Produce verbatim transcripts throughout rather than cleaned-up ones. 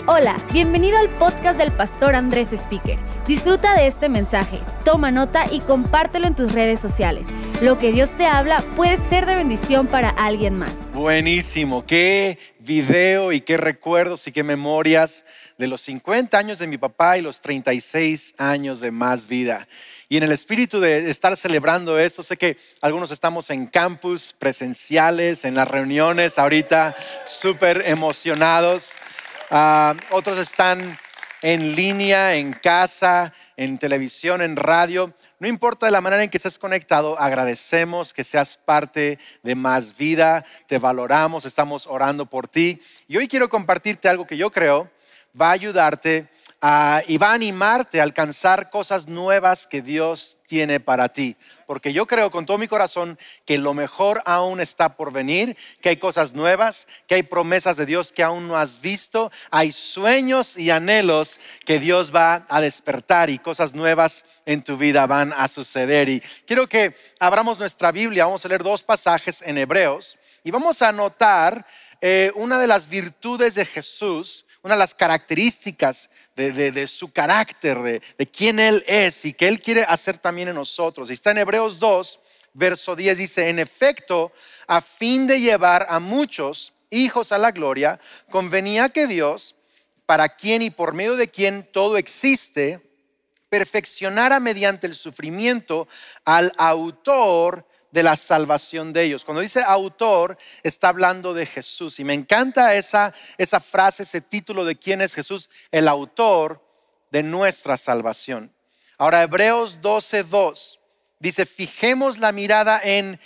Hola, bienvenido al podcast del pastor Andrés Speaker. Disfruta de este mensaje, toma nota y compártelo en tus redes sociales. Lo que Dios te habla puede ser de bendición para alguien más. Buenísimo, qué video y qué recuerdos y qué memorias de los cincuenta años de mi papá y los treinta y seis años de Más Vida. Y en el espíritu de estar celebrando esto, sé que algunos estamos en campus presenciales, en las reuniones ahorita, súper emocionados. Uh, otros están en línea, en casa, en televisión, en radio. No importa de la manera en que estés conectado, agradecemos que seas parte de Más Vida. Te valoramos, estamos orando por ti. Y hoy quiero compartirte algo que yo creo va a ayudarte uh, y va a animarte a alcanzar cosas nuevas que Dios tiene para ti. Porque yo creo con todo mi corazón que lo mejor aún está por venir, que hay cosas nuevas, que hay promesas de Dios que aún no has visto, hay sueños y anhelos que Dios va a despertar y cosas nuevas en tu vida van a suceder. Y quiero que abramos nuestra Biblia, vamos a leer dos pasajes en Hebreos y vamos a notar eh, una de las virtudes de Jesús, una de las características de, de, de su carácter, de, de quién Él es y que Él quiere hacer también en nosotros. Y está en Hebreos dos, verso diez, dice: en efecto, a fin de llevar a muchos hijos a la gloria, convenía que Dios, para quien y por medio de quien todo existe, perfeccionara mediante el sufrimiento al autor de la salvación de ellos. Cuando dice autor, está hablando de Jesús. Y me encanta esa, esa frase, ese título de quién es Jesús, el autor de nuestra salvación. Ahora, Hebreos doce dos dice: fijemos la mirada en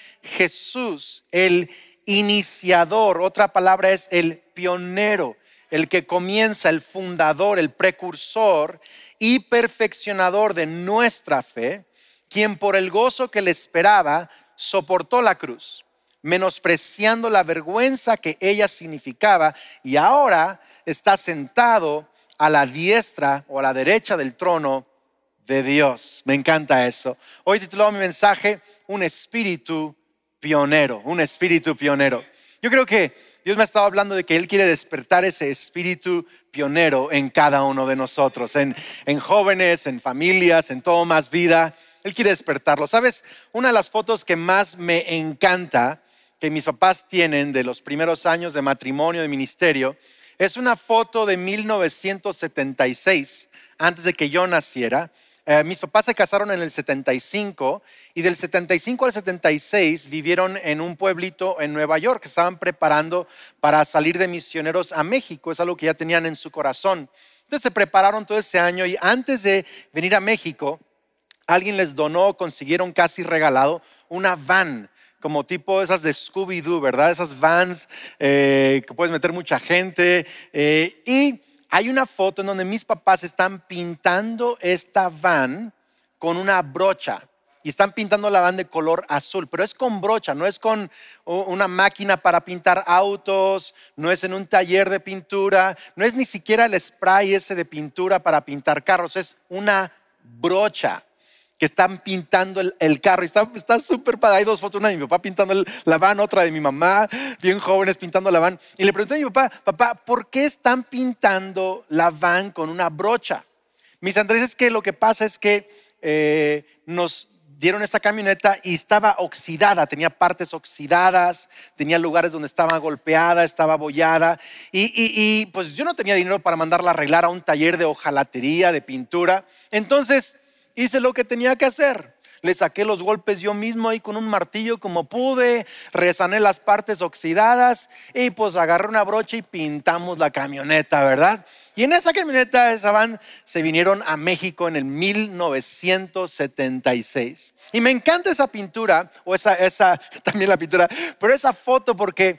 Jesús, el iniciador. Otra palabra es el pionero, el que comienza, el fundador, el precursor y perfeccionador de nuestra fe, quien por el gozo que le esperaba soportó la cruz, menospreciando la vergüenza que ella significaba, y ahora está sentado a la diestra o a la derecha del trono de Dios. Me encanta eso. Hoy he titulado mi mensaje Un espíritu pionero, un espíritu pionero. Yo creo que Dios me ha estado hablando de que Él quiere despertar ese espíritu pionero en cada uno de nosotros, en, en jóvenes, en familias, en todo Más Vida. Él quiere despertarlo. ¿Sabes? Una de las fotos que más me encanta que mis papás tienen de los primeros años de matrimonio, de ministerio, es una foto de mil novecientos setenta y seis, antes de que yo naciera. Eh, mis papás se casaron en el setenta y cinco y del setenta y cinco al setenta y seis vivieron en un pueblito en Nueva York que estaban preparando para salir de misioneros a México. Es algo que ya tenían en su corazón. Entonces se prepararon todo ese año y antes de venir a México, alguien les donó, consiguieron casi regalado una van, como tipo esas de Scooby-Doo, ¿verdad? Esas vans eh, que puedes meter mucha gente. Eh, y hay una foto en donde mis papás están pintando esta van con una brocha. Y están pintando la van de color azul, pero es con brocha, no es con una máquina para pintar autos, no es en un taller de pintura, no es ni siquiera el spray ese de pintura para pintar carros, es una brocha que están pintando el, el carro. Y está súper padre. Hay dos fotos, una de mi papá pintando el, la van, otra de mi mamá, bien jóvenes pintando la van. Y le pregunté a mi papá: papá, ¿por qué están pintando la van con una brocha? Mis Andrés, es que lo que pasa es que eh, nos dieron esta camioneta y estaba oxidada, tenía partes oxidadas, tenía lugares donde estaba golpeada, estaba abollada. Y, y, y pues yo no tenía dinero para mandarla a arreglar a un taller de hojalatería, de pintura. Entonces hice lo que tenía que hacer. Le saqué los golpes yo mismo ahí con un martillo como pude, resané las partes oxidadas y pues agarré una brocha y pintamos la camioneta, ¿verdad? Y en esa camioneta, esa van, se vinieron a México en el mil novecientos setenta y seis. Y me encanta esa pintura, o esa, esa también la pintura, pero esa foto porque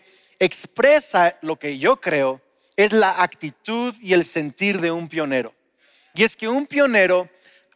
expresa lo que yo creo es la actitud y el sentir de un pionero. Y es que un pionero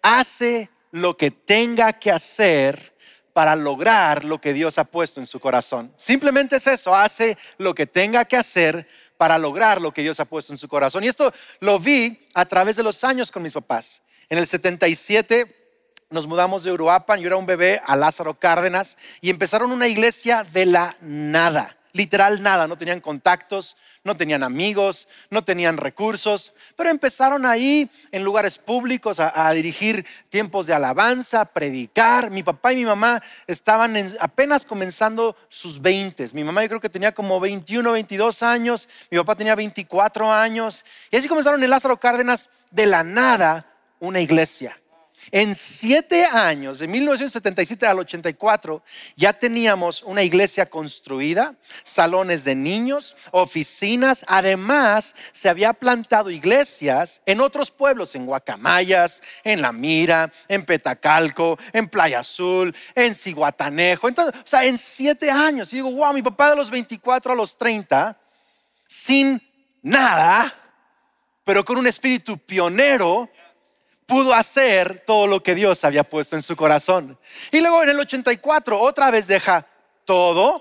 hace lo que tenga que hacer para lograr lo que Dios ha puesto en su corazón. Simplemente es eso, hace lo que tenga que hacer para lograr lo que Dios ha puesto en su corazón. Y esto lo vi a través de los años con mis papás. En el setenta y siete nos mudamos de Uruapan, yo era un bebé, a Lázaro Cárdenas, y empezaron una iglesia de la nada. literal nada, no tenían contactos, no tenían amigos, no tenían recursos, pero empezaron ahí en lugares públicos a, a dirigir tiempos de alabanza, predicar. Mi papá y mi mamá estaban en, apenas comenzando sus veintes. Mi mamá yo creo que tenía como veintiuno, veintidós años, mi papá tenía veinticuatro años, y así comenzaron en Lázaro Cárdenas de la nada una iglesia. En siete años, de mil novecientos setenta y siete al ochenta y cuatro, ya teníamos una iglesia construida, salones de niños, oficinas. Además, se había plantado iglesias en otros pueblos, en Guacamayas, en La Mira, en Petacalco, en Playa Azul, en Zihuatanejo. Entonces, o sea, en siete años. Y digo, wow, mi papá de los veinticuatro a los treinta, sin nada, pero con un espíritu pionero, pudo hacer todo lo que Dios había puesto en su corazón. Y luego en el ochenta y cuatro otra vez deja todo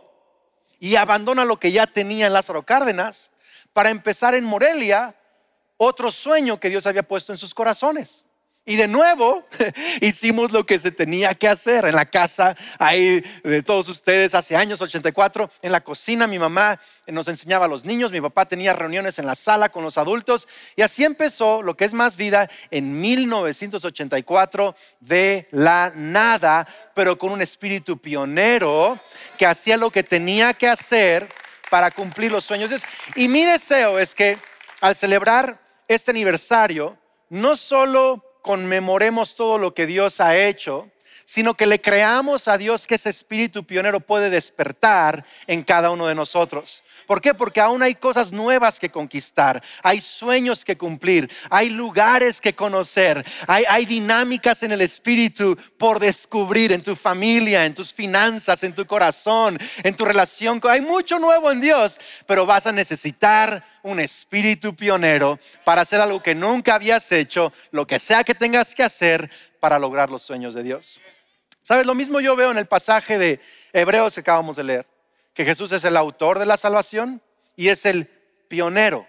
y abandona lo que ya tenía en Lázaro Cárdenas para empezar en Morelia otro sueño que Dios había puesto en sus corazones. Y de nuevo hicimos lo que se tenía que hacer en la casa ahí de todos ustedes hace años, ochenta y cuatro. En la cocina mi mamá nos enseñaba a los niños, mi papá tenía reuniones en la sala con los adultos. Y así empezó lo que es Más Vida en mil novecientos ochenta y cuatro, de la nada, pero con un espíritu pionero que hacía lo que tenía que hacer para cumplir los sueños de Dios. Y mi deseo es que al celebrar este aniversario, no solo conmemoremos todo lo que Dios ha hecho, sino que le creamos a Dios que ese espíritu pionero puede despertar en cada uno de nosotros. ¿Por qué? Porque aún hay cosas nuevas que conquistar, hay sueños que cumplir, hay lugares que conocer, hay, hay dinámicas en el espíritu por descubrir en tu familia, en tus finanzas, en tu corazón, en tu relación. Hay mucho nuevo en Dios, pero vas a necesitar un espíritu pionero para hacer algo que nunca habías hecho, lo que sea que tengas que hacer para lograr los sueños de Dios. ¿Sabes? Lo mismo yo veo en el pasaje de Hebreos que acabamos de leer, que Jesús es el autor de la salvación y es el pionero,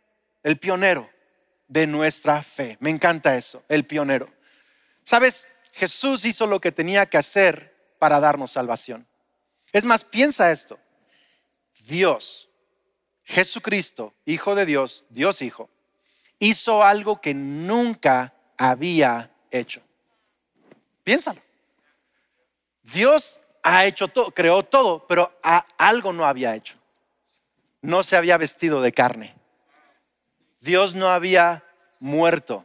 el pionero de nuestra fe. Me encanta eso, el pionero. ¿Sabes? Jesús hizo lo que tenía que hacer para darnos salvación. Es más, piensa esto. Dios, Jesucristo, Hijo de Dios, Dios Hijo, hizo algo que nunca había hecho. Piénsalo. Dios ha hecho todo, creó todo, pero a, algo no había hecho. No se había vestido de carne. Dios no había muerto,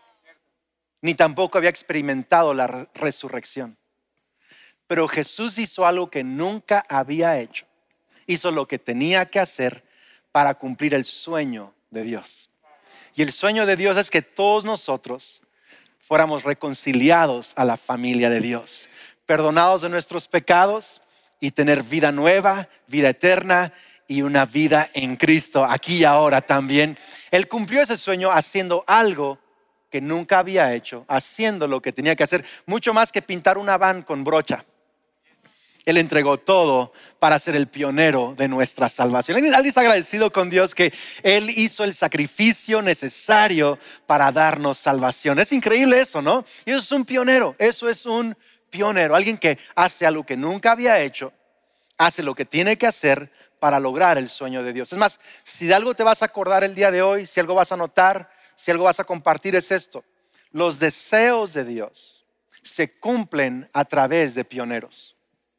ni tampoco había experimentado la re- resurrección. Pero Jesús hizo algo que nunca había hecho. Hizo lo que tenía que hacer para cumplir el sueño de Dios. Y el sueño de Dios es que todos nosotros fuéramos reconciliados a la familia de Dios, perdonados de nuestros pecados y tener vida nueva, vida eterna y una vida en Cristo, aquí y ahora también. Él cumplió ese sueño haciendo algo que nunca había hecho, haciendo lo que tenía que hacer, mucho más que pintar una van con brocha. Él entregó todo para ser el pionero de nuestra salvación. Alguien está agradecido con Dios que Él hizo el sacrificio necesario para darnos salvación. Es increíble eso, ¿no? Y eso es un pionero, eso es un pionero. Alguien que hace algo que nunca había hecho, hace lo que tiene que hacer para lograr el sueño de Dios. Es más, si de algo te vas a acordar el día de hoy, si algo vas a notar, si algo vas a compartir, es esto. Los deseos de Dios se cumplen a través de pioneros.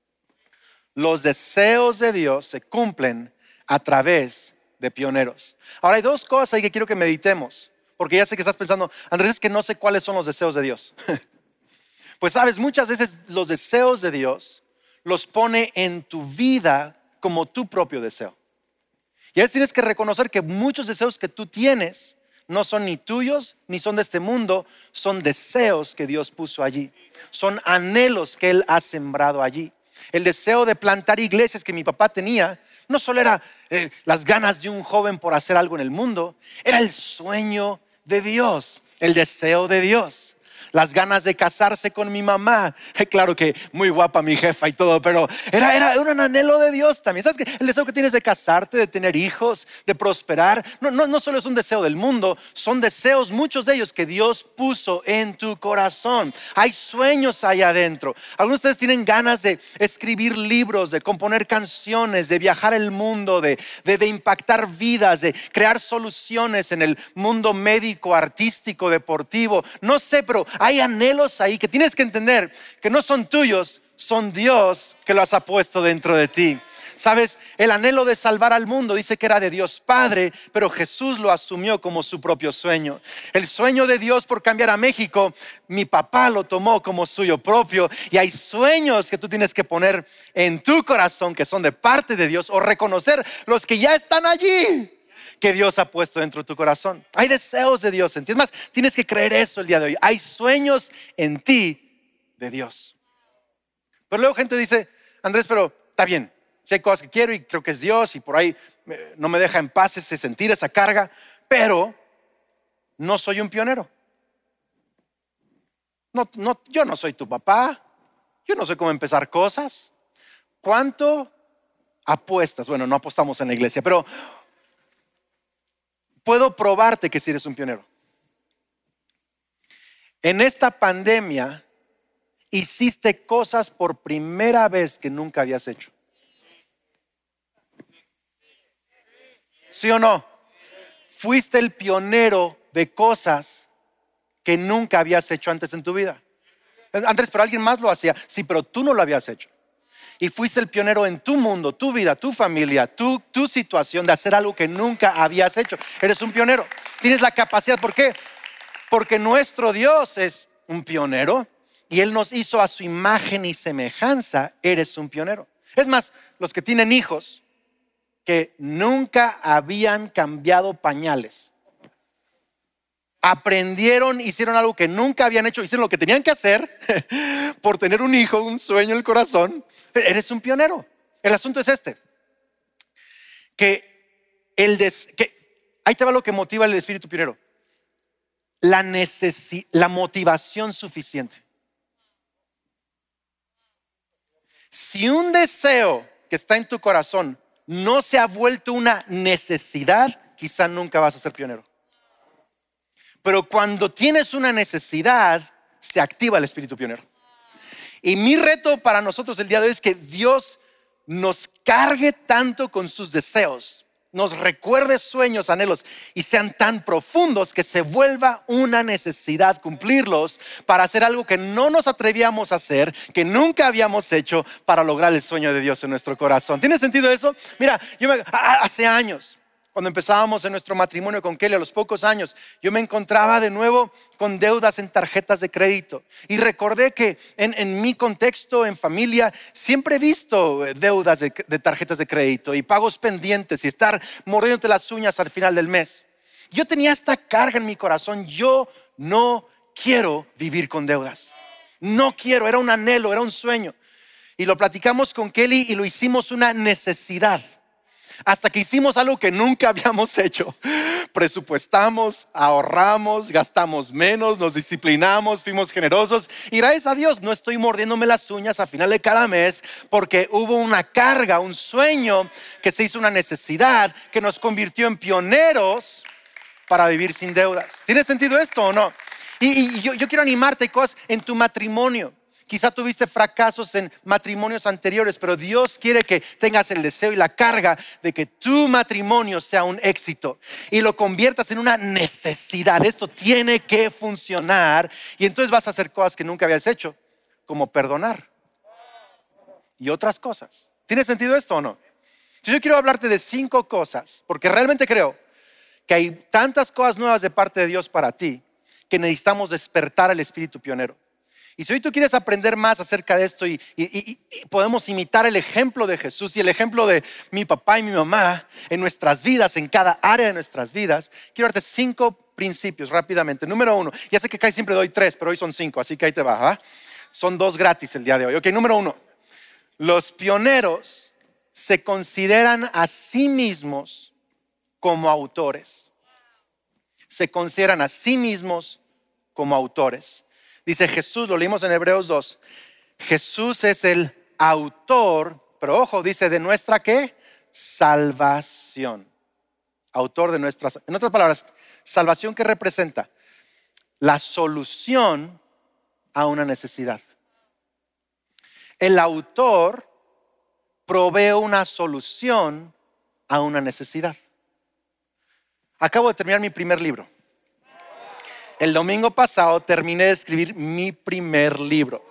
Los deseos de Dios se cumplen a través de pioneros. Ahora hay dos cosas ahí que quiero que meditemos, porque ya sé que estás pensando, Andrés, es que no sé cuáles son los deseos de Dios. Pues sabes, muchas veces los deseos de Dios los pone en tu vida como tu propio deseo. Y a veces tienes que reconocer que muchos deseos que tú tienes no son ni tuyos ni son de este mundo, son deseos que Dios puso allí, son anhelos que Él ha sembrado allí. El deseo de plantar iglesias que mi papá tenía no solo era eh, las ganas de un joven por hacer algo en el mundo, era el sueño de Dios, el deseo de Dios. las ganas de casarse con mi mamá. Claro que muy guapa mi jefa y todo, pero era, era un anhelo de Dios también. ¿Sabes qué? El deseo que tienes de casarte, de tener hijos, de prosperar, no, no, no solo es un deseo del mundo, son deseos, muchos de ellos que Dios puso en tu corazón. Hay sueños ahí adentro. Algunos de ustedes tienen ganas de escribir libros, de componer canciones, de viajar el mundo, de, de, de impactar vidas, de crear soluciones en el mundo médico, artístico, deportivo. No sé, pero hay anhelos ahí que tienes que entender que no son tuyos, son Dios que los ha puesto dentro de ti. Sabes, el anhelo de salvar al mundo dice que era de Dios Padre, pero Jesús lo asumió como su propio sueño. El sueño de Dios por cambiar a México, mi papá lo tomó como suyo propio. Y hay sueños que tú tienes que poner en tu corazón que son de parte de Dios, o reconocer los que ya están allí, que Dios ha puesto dentro de tu corazón. Hay deseos de Dios en ti. Es más, tienes que creer eso el día de hoy. Hay sueños en ti de Dios. Pero luego gente dice, Andrés, pero está bien, si hay cosas que quiero y creo que es Dios y por ahí no me deja en paz ese sentir, esa carga, pero no soy un pionero. No, no, yo no soy tu papá, yo no sé cómo empezar cosas. ¿Cuánto apuestas? Bueno, no apostamos en la iglesia, pero puedo probarte que sí eres un pionero. En esta pandemia hiciste cosas por primera vez que nunca habías hecho. ¿Sí o no? Fuiste el pionero de cosas que nunca habías hecho antes en tu vida. Andrés, pero alguien más lo hacía. Sí, pero tú no lo habías hecho. Y fuiste el pionero en tu mundo, tu vida, tu familia, tu, tu situación de hacer algo que nunca habías hecho. Eres un pionero. Tienes la capacidad. ¿Por qué? Porque nuestro Dios es un pionero y Él nos hizo a su imagen y semejanza. Eres un pionero. Es más, los que tienen hijos que nunca habían cambiado pañales, aprendieron, hicieron algo que nunca habían hecho, hicieron lo que tenían que hacer por tener un hijo, un sueño en el corazón. Eres un pionero. El asunto es este, que, el des, que ahí te va lo que motiva el espíritu pionero: la, necesi, la motivación suficiente. Si un deseo que está en tu corazón no se ha vuelto una necesidad, quizá nunca vas a ser pionero. Pero cuando tienes una necesidad, se activa el espíritu pionero. Y mi reto para nosotros el día de hoy es que Dios nos cargue tanto con sus deseos, nos recuerde sueños, anhelos, y sean tan profundos que se vuelva una necesidad cumplirlos para hacer algo que no nos atrevíamos a hacer, que nunca habíamos hecho, para lograr el sueño de Dios en nuestro corazón. ¿Tiene sentido eso? Mira, yo me, hace años, cuando empezábamos en nuestro matrimonio con Kelly, a los pocos años, yo me encontraba de nuevo con deudas en tarjetas de crédito. Y recordé que en, en mi contexto, en familia, siempre he visto deudas de, de tarjetas de crédito y pagos pendientes y estar mordiéndote las uñas al final del mes. Yo tenía esta carga en mi corazón. Yo no quiero vivir con deudas. No quiero, era un anhelo, era un sueño. Y lo platicamos con Kelly y lo hicimos una necesidad. Hasta que hicimos algo que nunca habíamos hecho. Presupuestamos, ahorramos, gastamos menos, nos disciplinamos, fuimos generosos. Y gracias a Dios no estoy mordiéndome las uñas a final de cada mes, porque hubo una carga, un sueño que se hizo una necesidad, que nos convirtió en pioneros para vivir sin deudas. ¿Tiene sentido esto o no? Y, y yo, yo quiero animarte, cosas en tu matrimonio. Quizá tuviste fracasos en matrimonios anteriores, pero Dios quiere que tengas el deseo y la carga de que tu matrimonio sea un éxito y lo conviertas en una necesidad. Esto tiene que funcionar, y entonces vas a hacer cosas que nunca habías hecho, como perdonar y otras cosas. ¿Tiene sentido esto o no? Yo quiero hablarte de cinco cosas, porque realmente creo que hay tantas cosas nuevas de parte de Dios para ti que necesitamos despertar el espíritu pionero. Y si hoy tú quieres aprender más acerca de esto y, y, y, y podemos imitar el ejemplo de Jesús y el ejemplo de mi papá y mi mamá en nuestras vidas, en cada área de nuestras vidas, quiero darte cinco principios rápidamente. Número uno, ya sé que casi siempre doy tres, pero hoy son cinco, así que ahí te va, ¿eh? Son dos gratis el día de hoy. Ok, número uno, los pioneros se consideran a sí mismos como autores. Se consideran a sí mismos como autores. Dice Jesús, lo leímos en Hebreos dos. Jesús es el autor, pero ojo, dice de nuestra ¿qué? Salvación. Autor de nuestras, en otras palabras, salvación que representa la solución a una necesidad. El autor provee una solución a una necesidad. Acabo de terminar mi primer libro. El domingo pasado terminé de escribir mi primer libro.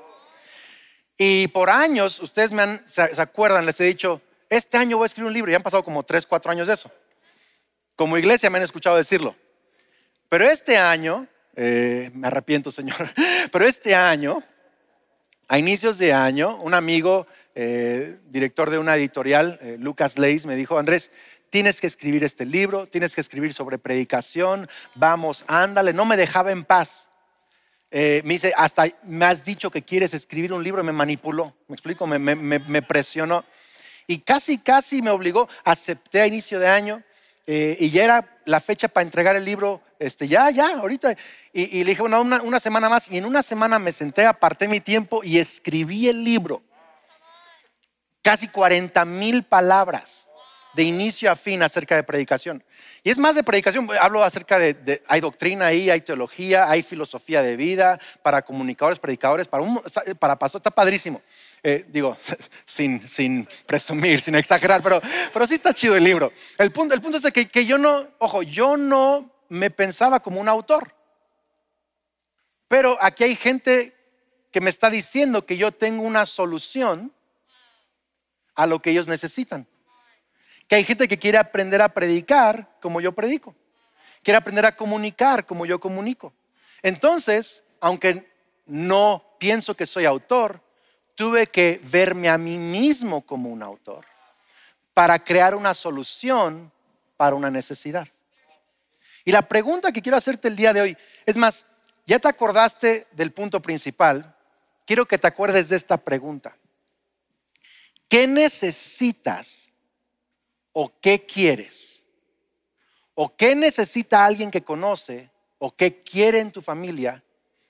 Y por años, ustedes me han, se, se acuerdan, les he dicho, este año voy a escribir un libro. Ya han pasado como tres, cuatro años de eso. Como iglesia me han escuchado decirlo. Pero este año, eh, me arrepiento, Señor, pero este año, a inicios de año, un amigo, eh, director de una editorial, eh, Lucas Leis, me dijo, Andrés, tienes que escribir este libro, tienes que escribir sobre predicación, vamos, ándale. No me dejaba en paz. Eh, me dice, hasta me has dicho que quieres escribir un libro, y me manipuló, me explico, me, me, me, me presionó. Y casi, casi me obligó, acepté a inicio de año. Eh, y ya era la fecha para entregar el libro, este, ya, ya, ahorita. Y, y le dije, bueno, una, una semana más. Y en una semana me senté, aparté mi tiempo y escribí el libro. Casi cuarenta mil palabras de inicio a fin acerca de predicación. Y es más de predicación, hablo acerca de, de hay doctrina ahí, hay teología, hay filosofía de vida para comunicadores, predicadores, para, un, para pastor, está padrísimo. Eh, digo, sin, sin presumir, sin exagerar, pero, pero sí está chido el libro. El punto, el punto es de que, que yo no, ojo, yo no me pensaba como un autor. Pero aquí hay gente que me está diciendo que yo tengo una solución a lo que ellos necesitan. Que hay gente que quiere aprender a predicar como yo predico. Quiere aprender a comunicar como yo comunico. Entonces, aunque no pienso que soy autor, tuve que verme a mí mismo como un autor para crear una solución para una necesidad. Y la pregunta que quiero hacerte el día de hoy, es más, ya te acordaste del punto principal, quiero que te acuerdes de esta pregunta. ¿Qué necesitas o qué quieres? ¿O qué necesita alguien que conoce o qué quiere en tu familia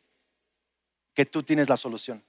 que tú tienes la solución?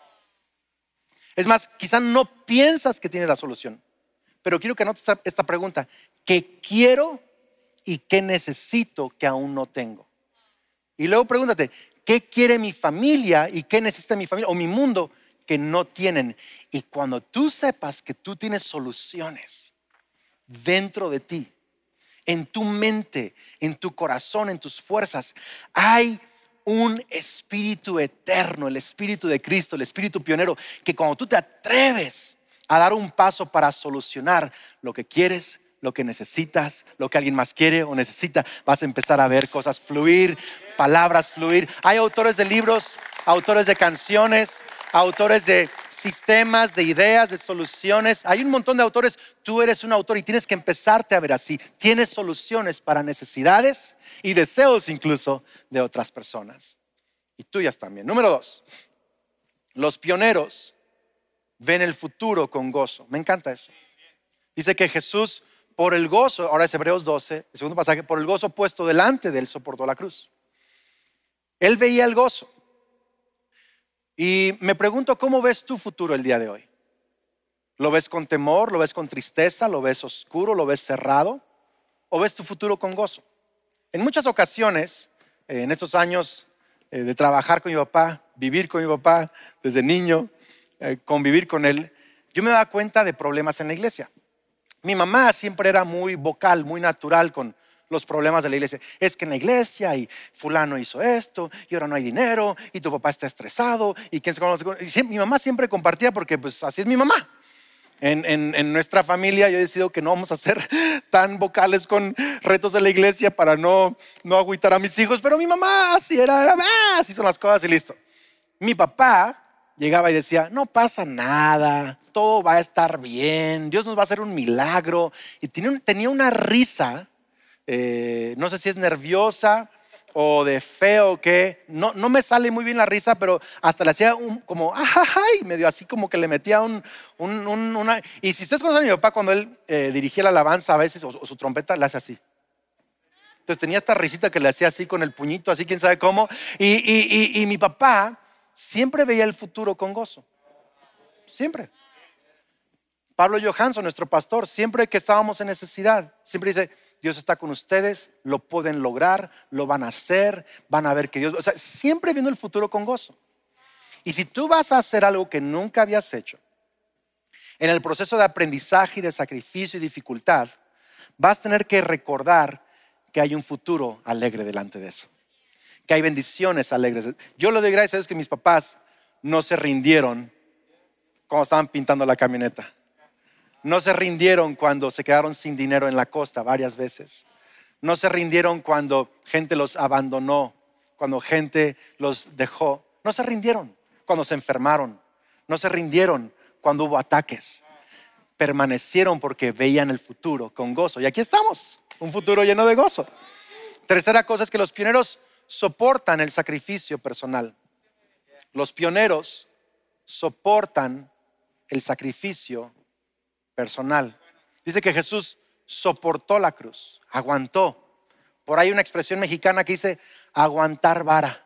Es más, quizá no piensas que tienes la solución, pero quiero que anotes esta pregunta. ¿Qué quiero y qué necesito que aún no tengo? Y luego pregúntate, ¿qué quiere mi familia y qué necesita mi familia o mi mundo que no tienen? Y cuando tú sepas que tú tienes soluciones dentro de ti, en tu mente, en tu corazón, en tus fuerzas, hay un espíritu eterno, el espíritu de Cristo, el espíritu pionero, que cuando tú te atreves a dar un paso para solucionar lo que quieres, lo que necesitas, lo que alguien más quiere o necesita, vas a empezar a ver cosas fluir, palabras fluir. Hay autores de libros, autores de canciones, autores de sistemas, de ideas, de soluciones. Hay un montón de autores. Tú eres un autor y tienes que empezarte a ver así. Tienes soluciones para necesidades y deseos incluso de otras personas y tuyas también. Número dos, los pioneros ven el futuro con gozo. Me encanta eso. Dice que Jesús, por el gozo, ahora es Hebreos doce, el segundo pasaje, por el gozo puesto delante de él soportó la cruz. Él veía el gozo. Y me pregunto, ¿cómo ves tu futuro el día de hoy? ¿Lo ves con temor? ¿Lo ves con tristeza? ¿Lo ves oscuro? ¿Lo ves cerrado? ¿O ves tu futuro con gozo? En muchas ocasiones, en estos años de trabajar con mi papá, vivir con mi papá desde niño, convivir con él, yo me daba cuenta de problemas en la iglesia. Mi mamá siempre era muy vocal, muy natural con los problemas de la iglesia. Es que en la iglesia y fulano hizo esto y ahora no hay dinero y tu papá está estresado y quién se conoce. Y mi mamá siempre compartía porque pues así es mi mamá. En, en, en nuestra familia yo he decidido que no vamos a ser tan vocales con retos de la iglesia para no, no agüitar a mis hijos, pero mi mamá así era, era ah, así son las cosas y listo. Mi papá llegaba y decía, no pasa nada, todo va a estar bien, Dios nos va a hacer un milagro. Y tenía, un, tenía una risa, eh, no sé si es nerviosa o de feo que no, no me sale muy bien la risa, pero hasta le hacía un, como ajajay, medio así como que le metía un, un, un una. Y si ustedes conocen a mi papá cuando él eh, dirigía la alabanza a veces o, o su trompeta, le hace así. Entonces tenía esta risita que le hacía así con el puñito, así quién sabe cómo. Y, y, y, y mi papá siempre veía el futuro con gozo. Siempre. Pablo Johansson, nuestro pastor, siempre que estábamos en necesidad, siempre dice, Dios está con ustedes, lo pueden lograr, lo van a hacer, van a ver que Dios... O sea, siempre viendo el futuro con gozo. Y si tú vas a hacer algo que nunca habías hecho, en el proceso de aprendizaje y de sacrificio y dificultad, vas a tener que recordar que hay un futuro alegre delante de eso, que hay bendiciones alegres. Yo le doy gracias a Dios que mis papás no se rindieron cuando estaban pintando la camioneta. No se rindieron cuando se quedaron sin dinero en la costa varias veces. No se rindieron cuando gente los abandonó, cuando gente los dejó. No se rindieron cuando se enfermaron. No se rindieron cuando hubo ataques. Permanecieron porque veían el futuro con gozo. Y aquí estamos, un futuro lleno de gozo. Tercera cosa es que los pioneros soportan el sacrificio personal. Los pioneros soportan el sacrificio personal. Dice que Jesús soportó la cruz, aguantó. Por ahí una expresión mexicana que dice aguantar vara.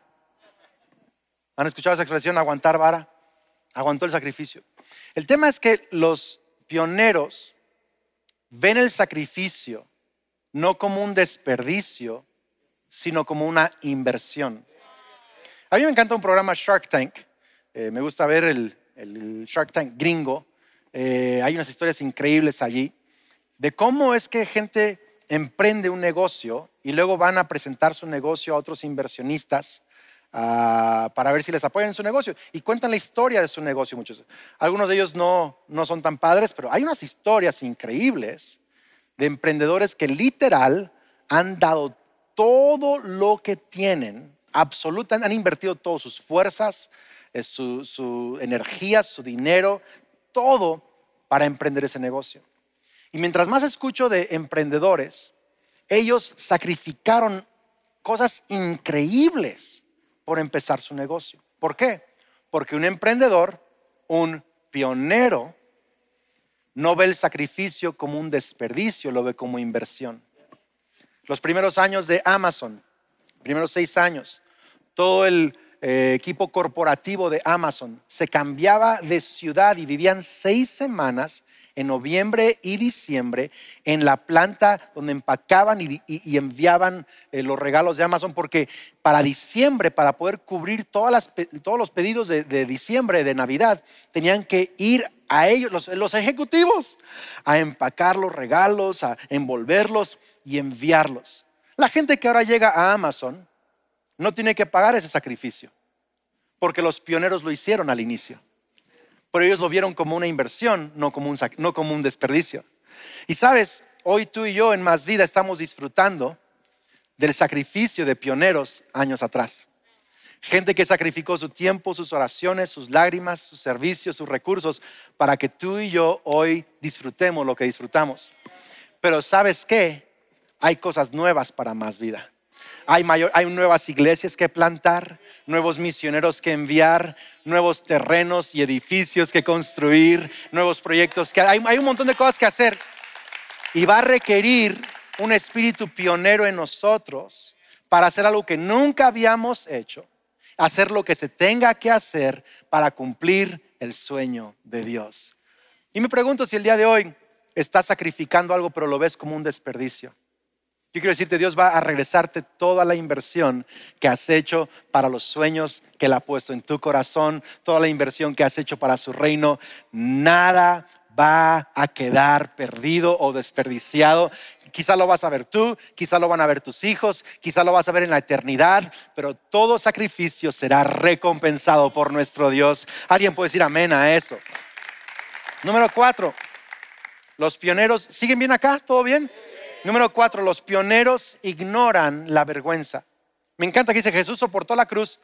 ¿Han escuchado esa expresión, aguantar vara? Aguantó el sacrificio. El tema es que los pioneros ven el sacrificio no como un desperdicio, sino como una inversión. A mí me encanta un programa Shark Tank. Eh, me gusta ver el, el Shark Tank gringo. Eh, hay unas historias increíbles allí de cómo es que gente emprende un negocio y luego van a presentar su negocio a otros inversionistas uh, para ver si les apoyan en su negocio y cuentan la historia de su negocio. Muchos, algunos de ellos no, no son tan padres, pero hay unas historias increíbles de emprendedores que literal han dado todo lo que tienen, absolutamente, han invertido todas sus fuerzas, eh, su, su energía, su dinero, todo para emprender ese negocio. Y mientras más escucho de emprendedores, ellos sacrificaron cosas increíbles por empezar su negocio. ¿Por qué? Porque un emprendedor, un pionero, no ve el sacrificio como un desperdicio, lo ve como inversión. Los primeros años de Amazon, primeros seis años, todo el eh, equipo corporativo de Amazon se cambiaba de ciudad y vivían seis semanas en noviembre y diciembre en la planta donde empacaban y, y, y enviaban eh, los regalos de Amazon, porque para diciembre, para poder cubrir todas las, todos los pedidos de, de diciembre, de Navidad, tenían que ir a ellos, los, los ejecutivos, a empacar los regalos, a envolverlos y enviarlos. La gente que ahora llega a Amazon no tiene que pagar ese sacrificio, porque los pioneros lo hicieron al inicio. Pero ellos lo vieron como una inversión, no como un, no como un desperdicio. Y sabes, hoy tú y yo en Más Vida estamos disfrutando del sacrificio de pioneros años atrás. Gente que sacrificó su tiempo, sus oraciones, sus lágrimas, sus servicios, sus recursos, para que tú y yo hoy disfrutemos lo que disfrutamos. Pero ¿sabes qué? Hay cosas nuevas para Más Vida. Hay, mayor, hay nuevas iglesias que plantar, nuevos misioneros que enviar, nuevos terrenos y edificios que construir, nuevos proyectos que hay, hay un montón de cosas que hacer. Y va a requerir un espíritu pionero en nosotros para hacer algo que nunca habíamos hecho, hacer lo que se tenga que hacer para cumplir el sueño de Dios. Y me pregunto si el día de hoy estás sacrificando algo pero lo ves como un desperdicio. Yo quiero decirte, Dios va a regresarte toda la inversión que has hecho para los sueños que Él ha puesto en tu corazón, toda la inversión que has hecho para su reino. Nada va a quedar perdido o desperdiciado. Quizá lo vas a ver tú, quizá lo van a ver tus hijos, quizá lo vas a ver en la eternidad, pero todo sacrificio será recompensado por nuestro Dios. ¿Alguien puede decir amén a eso? Número cuatro, los pioneros, ¿siguen bien acá? ¿Todo bien? Número cuatro, los pioneros ignoran la vergüenza. Me encanta que dice Jesús soportó la cruz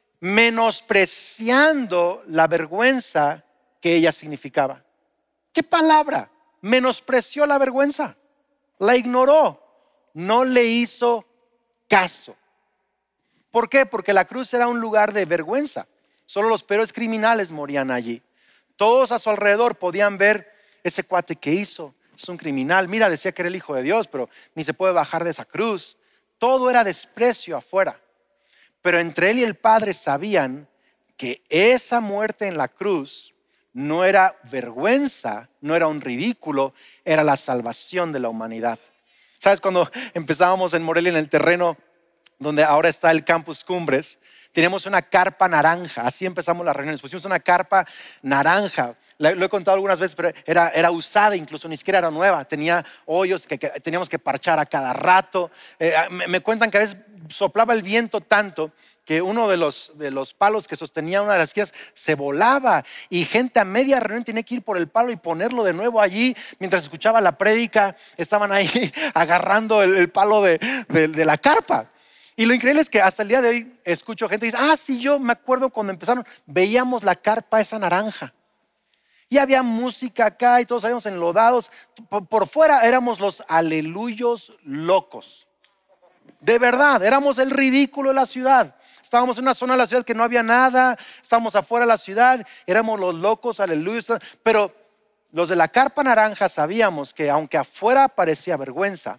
menospreciando la vergüenza que ella significaba. ¿Qué palabra? Menospreció la vergüenza, la ignoró, no le hizo caso. ¿Por qué? Porque la cruz era un lugar de vergüenza. Solo los peores criminales morían allí. Todos a su alrededor podían ver ese cuate que hizo. Es un criminal, mira, decía que era el hijo de Dios, pero ni se puede bajar de esa cruz. todo era desprecio afuera. Pero entre él y el Padre sabían que esa muerte en la cruz no era vergüenza, no era un ridículo, era la salvación de la humanidad. ¿Sabes? Cuando empezábamos en Morelia, en el terreno donde ahora está el Campus Cumbres, teníamos una carpa naranja. Así empezamos las reuniones. Pusimos una carpa naranja. Lo he contado algunas veces, pero era, era usada, incluso ni siquiera era nueva. Tenía hoyos que, que teníamos que parchar a cada rato. Eh, me, me cuentan que a veces soplaba el viento tanto que uno de los, de los palos que sostenía una de las esquinas se volaba, y gente a media reunión tenía que ir por el palo y ponerlo de nuevo allí. Mientras escuchaba la prédica, estaban ahí agarrando el, el palo de, de, de la carpa. Y lo increíble es que hasta el día de hoy escucho gente que dice: ah, sí, yo me acuerdo cuando empezaron, veíamos la carpa esa naranja y había música acá y todos salíamos enlodados. Por, por fuera éramos los aleluyos locos. De verdad, éramos el ridículo de la ciudad. Estábamos en una zona de la ciudad que no había nada, estábamos afuera de la ciudad, éramos los locos, aleluyos. Pero los de la carpa naranja sabíamos que aunque afuera parecía vergüenza,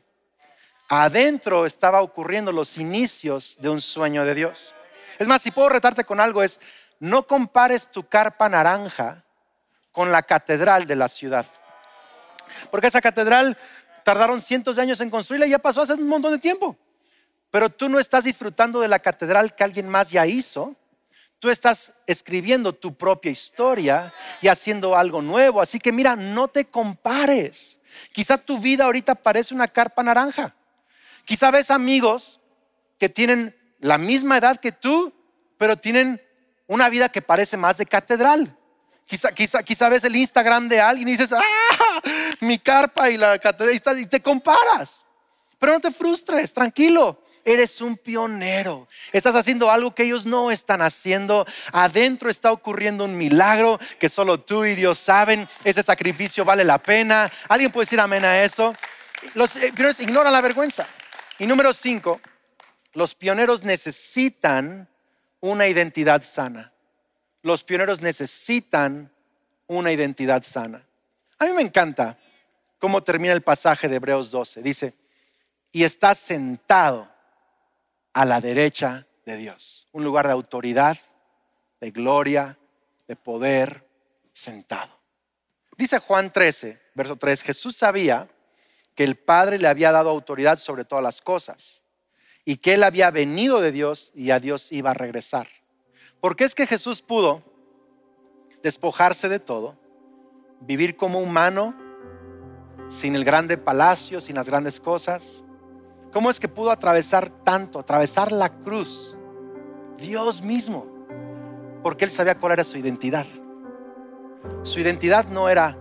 adentro estaba ocurriendo los inicios de un sueño de Dios. Es más, si puedo retarte con algo, es: no compares tu carpa naranja con la catedral de la ciudad. Porque esa catedral tardaron cientos de años en construirla y ya pasó hace un montón de tiempo. Pero tú no estás disfrutando de la catedral que alguien más ya hizo. Tú estás escribiendo tu propia historia y haciendo algo nuevo. Así que mira, no te compares. Quizá tu vida ahorita parece una carpa naranja. Quizá ves amigos que tienen la misma edad que tú, pero tienen una vida que parece más de catedral. Quizá, quizá, quizá ves el Instagram de alguien y dices: ¡ah! Mi carpa y la catedral, y te comparas. Pero no te frustres, tranquilo. Eres un pionero. Estás haciendo algo que ellos no están haciendo. Adentro está ocurriendo un milagro que solo tú y Dios saben. Ese sacrificio vale la pena. ¿Alguien puede decir amén a eso? Los pioneros ignoran la vergüenza. Y número cinco, los pioneros necesitan una identidad sana. Los pioneros necesitan una identidad sana. A mí me encanta cómo termina el pasaje de Hebreos doce. Dice: y está sentado a la derecha de Dios. Un lugar de autoridad, de gloria, de poder, sentado. Dice Juan trece, verso tres: Jesús sabía que el Padre le había dado autoridad sobre todas las cosas y que Él había venido de Dios y a Dios iba a regresar. ¿Por qué es que Jesús pudo despojarse de todo, vivir como humano, sin el grande palacio, sin las grandes cosas? ¿Cómo es que pudo atravesar tanto, atravesar la cruz? Dios mismo, porque Él sabía cuál era su identidad. Su identidad no era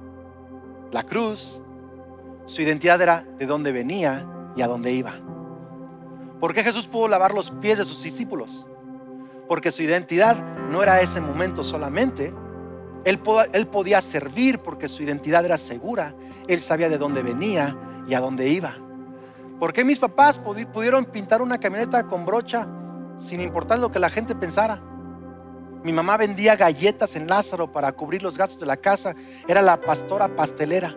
la cruz, su identidad era de dónde venía y a dónde iba. ¿Por qué Jesús pudo lavar los pies de sus discípulos? Porque su identidad no era ese momento solamente. Él, él podía servir porque su identidad era segura. Él sabía de dónde venía y a dónde iba. ¿Por qué mis papás pudieron pintar una camioneta con brocha sin importar lo que la gente pensara? Mi mamá vendía galletas en Lázaro para cubrir los gastos de la casa. Era la pastora pastelera.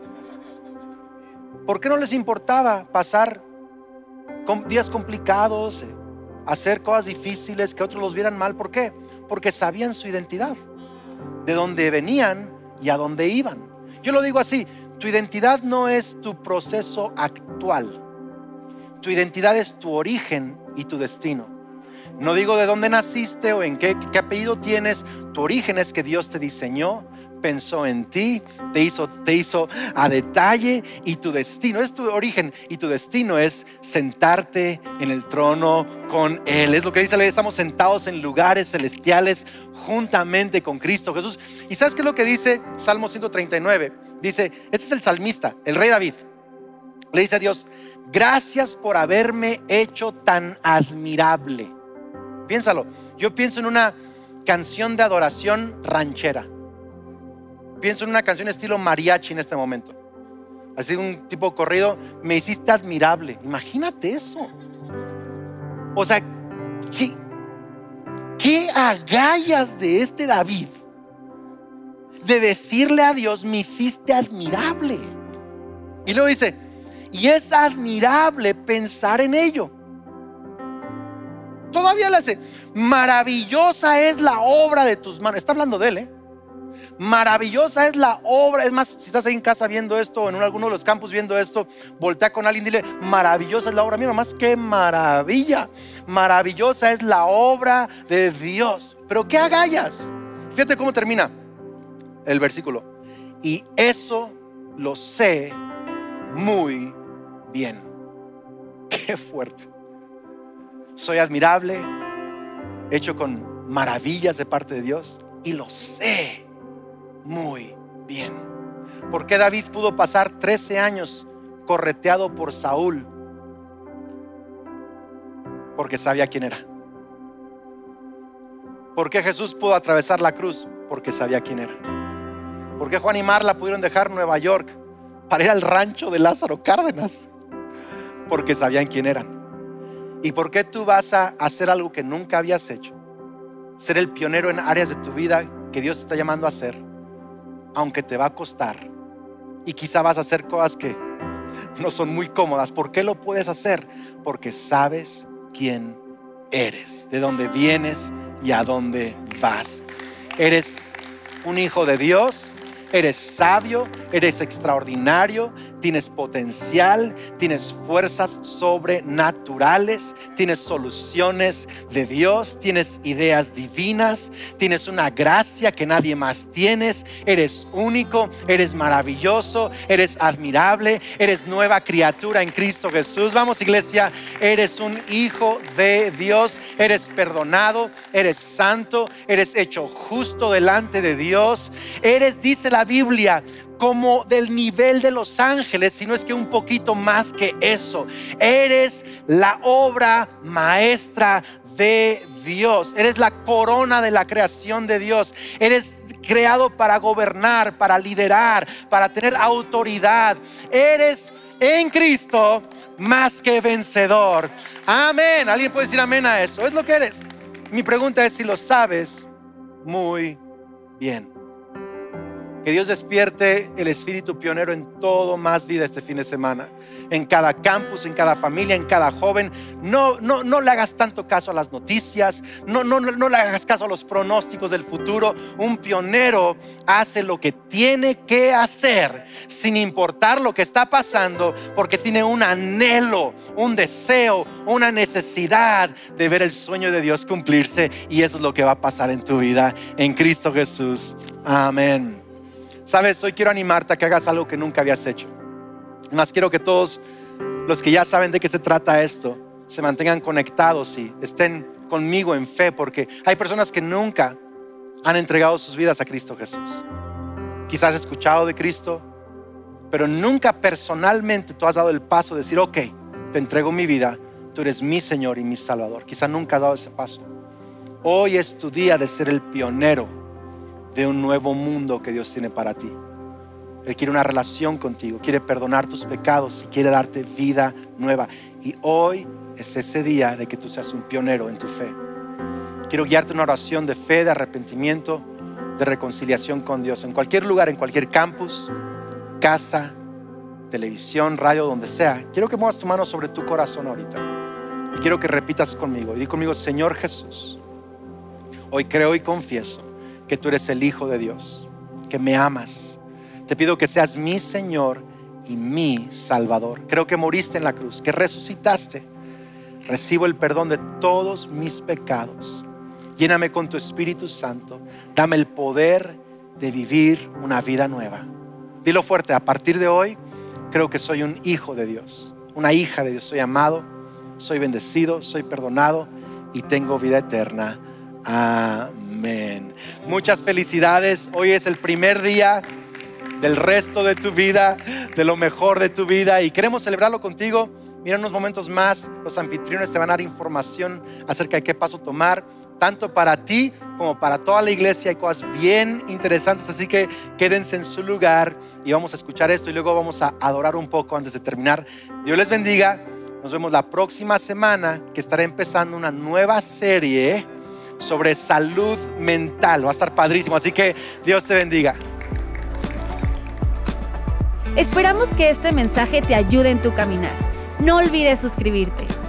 ¿Por qué no les importaba pasar días complicados, hacer cosas difíciles, que otros los vieran mal? ¿Por qué? Porque sabían su identidad, de dónde venían y a dónde iban. Yo lo digo así: tu identidad no es tu proceso actual. Tu identidad es tu origen y tu destino. No digo de dónde naciste o en qué, qué apellido tienes. Tu origen es que Dios te diseñó, pensó en ti, te hizo, te hizo a detalle, y tu destino es tu origen y tu destino es sentarte en el trono con Él. Es lo que dice la Biblia: estamos sentados en lugares celestiales juntamente con Cristo Jesús. ¿Y sabes qué es lo que dice Salmo ciento treinta y nueve? Dice, este es el salmista, el rey David. Le dice a Dios: gracias por haberme hecho tan admirable. Piénsalo. Yo pienso en una canción de adoración ranchera. Pienso en una canción estilo mariachi en este momento. Así, un tipo corrido: me hiciste admirable. Imagínate eso. O sea, ¿qué, qué agallas de este David de decirle a Dios: me hiciste admirable? Y luego dice: y es admirable pensar en ello. Todavía le hace, maravillosa es la obra de tus manos. Está hablando de él, ¿eh? Maravillosa es la obra. Es más, si estás ahí en casa viendo esto, o en alguno de los campus viendo esto, voltea con alguien y dile, maravillosa es la obra. Mira más, qué maravilla. Maravillosa es la obra de Dios. Pero qué agallas. Fíjate cómo termina el versículo. Y eso lo sé muy bien. Qué fuerte. Soy admirable, hecho con maravillas de parte de Dios, y lo sé muy bien. ¿Por qué David pudo pasar trece años correteado por Saúl? Porque sabía quién era. ¿Por qué Jesús pudo atravesar la cruz? Porque sabía quién era. ¿Por qué Juan y Marla pudieron dejar Nueva York para ir al rancho de Lázaro Cárdenas? Porque sabían quién eran. ¿Y por qué tú vas a hacer algo que nunca habías hecho? Ser el pionero en áreas de tu vida que Dios te está llamando a hacer, aunque te va a costar. Y quizá vas a hacer cosas que no son muy cómodas. ¿Por qué lo puedes hacer? Porque sabes quién eres, de dónde vienes y a dónde vas. Eres un hijo de Dios. Eres sabio, eres extraordinario, tienes potencial, tienes fuerzas sobrenaturales, tienes soluciones de Dios, tienes ideas divinas, tienes una gracia que nadie más tienes. Eres único, eres maravilloso, eres admirable, eres nueva criatura en Cristo Jesús. Vamos, iglesia, eres un hijo de Dios, eres perdonado, eres santo, eres hecho justo delante de Dios. Eres, dice la Biblia, como del nivel de los ángeles, si no es que un poquito más que eso. Eres la obra maestra de Dios. Eres la corona de la creación de Dios. Eres creado para gobernar, para liderar, para tener autoridad. Eres en Cristo más que vencedor. Amén. ¿Alguien puede decir amén a eso? Es lo que eres. Mi pregunta es si lo sabes muy bien. Que Dios despierte el espíritu pionero en todo Más Vida este fin de semana. En cada campus, en cada familia, en cada joven. No, no, no le hagas tanto caso a las noticias. No, no, no, no le hagas caso a los pronósticos del futuro. Un pionero hace lo que tiene que hacer, sin importar lo que está pasando, porque tiene un anhelo, un deseo, una necesidad de ver el sueño de Dios cumplirse. Y eso es lo que va a pasar en tu vida, en Cristo Jesús. Amén. Sabes, hoy quiero animarte a que hagas algo que nunca habías hecho. Más quiero que todos los que ya saben de qué se trata esto se mantengan conectados y estén conmigo en fe, porque hay personas que nunca han entregado sus vidas a Cristo Jesús. Quizás has escuchado de Cristo, pero nunca personalmente tú has dado el paso de decir, ok, te entrego mi vida, tú eres mi Señor y mi Salvador. Quizás nunca has dado ese paso. Hoy es tu día de ser el pionero de un nuevo mundo que Dios tiene para ti. Él quiere una relación contigo, quiere perdonar tus pecados y quiere darte vida nueva. Y hoy es ese día de que tú seas un pionero en tu fe. Quiero guiarte una oración de fe, de arrepentimiento, de reconciliación con Dios. En cualquier lugar, en cualquier campus, casa, televisión, radio, donde sea. Quiero que muevas tu mano sobre tu corazón ahorita. Y quiero que repitas conmigo. Y di conmigo, Señor Jesús, hoy creo y confieso que tú eres el Hijo de Dios, que me amas. Te pido que seas mi Señor y mi Salvador. Creo que moriste en la cruz, que resucitaste. Recibo el perdón de todos mis pecados. Lléname con tu Espíritu Santo. Dame el poder de vivir una vida nueva. Dilo fuerte, a partir de hoy creo que soy un hijo de Dios, una hija de Dios. Soy amado, soy bendecido, soy perdonado y tengo vida eterna. Amén. Muchas felicidades. Hoy es el primer día del resto de tu vida, de lo mejor de tu vida, y queremos celebrarlo contigo. Mira, en unos momentos más los anfitriones te van a dar información acerca de qué paso tomar, tanto para ti como para toda la iglesia. Hay cosas bien interesantes, así que quédense en su lugar y vamos a escuchar esto y luego vamos a adorar un poco antes de terminar. Dios les bendiga. Nos vemos la próxima semana, que estaré empezando una nueva serie sobre salud mental. Va a estar padrísimo, así que Dios te bendiga. Esperamos que este mensaje te ayude en tu caminar. No olvides suscribirte.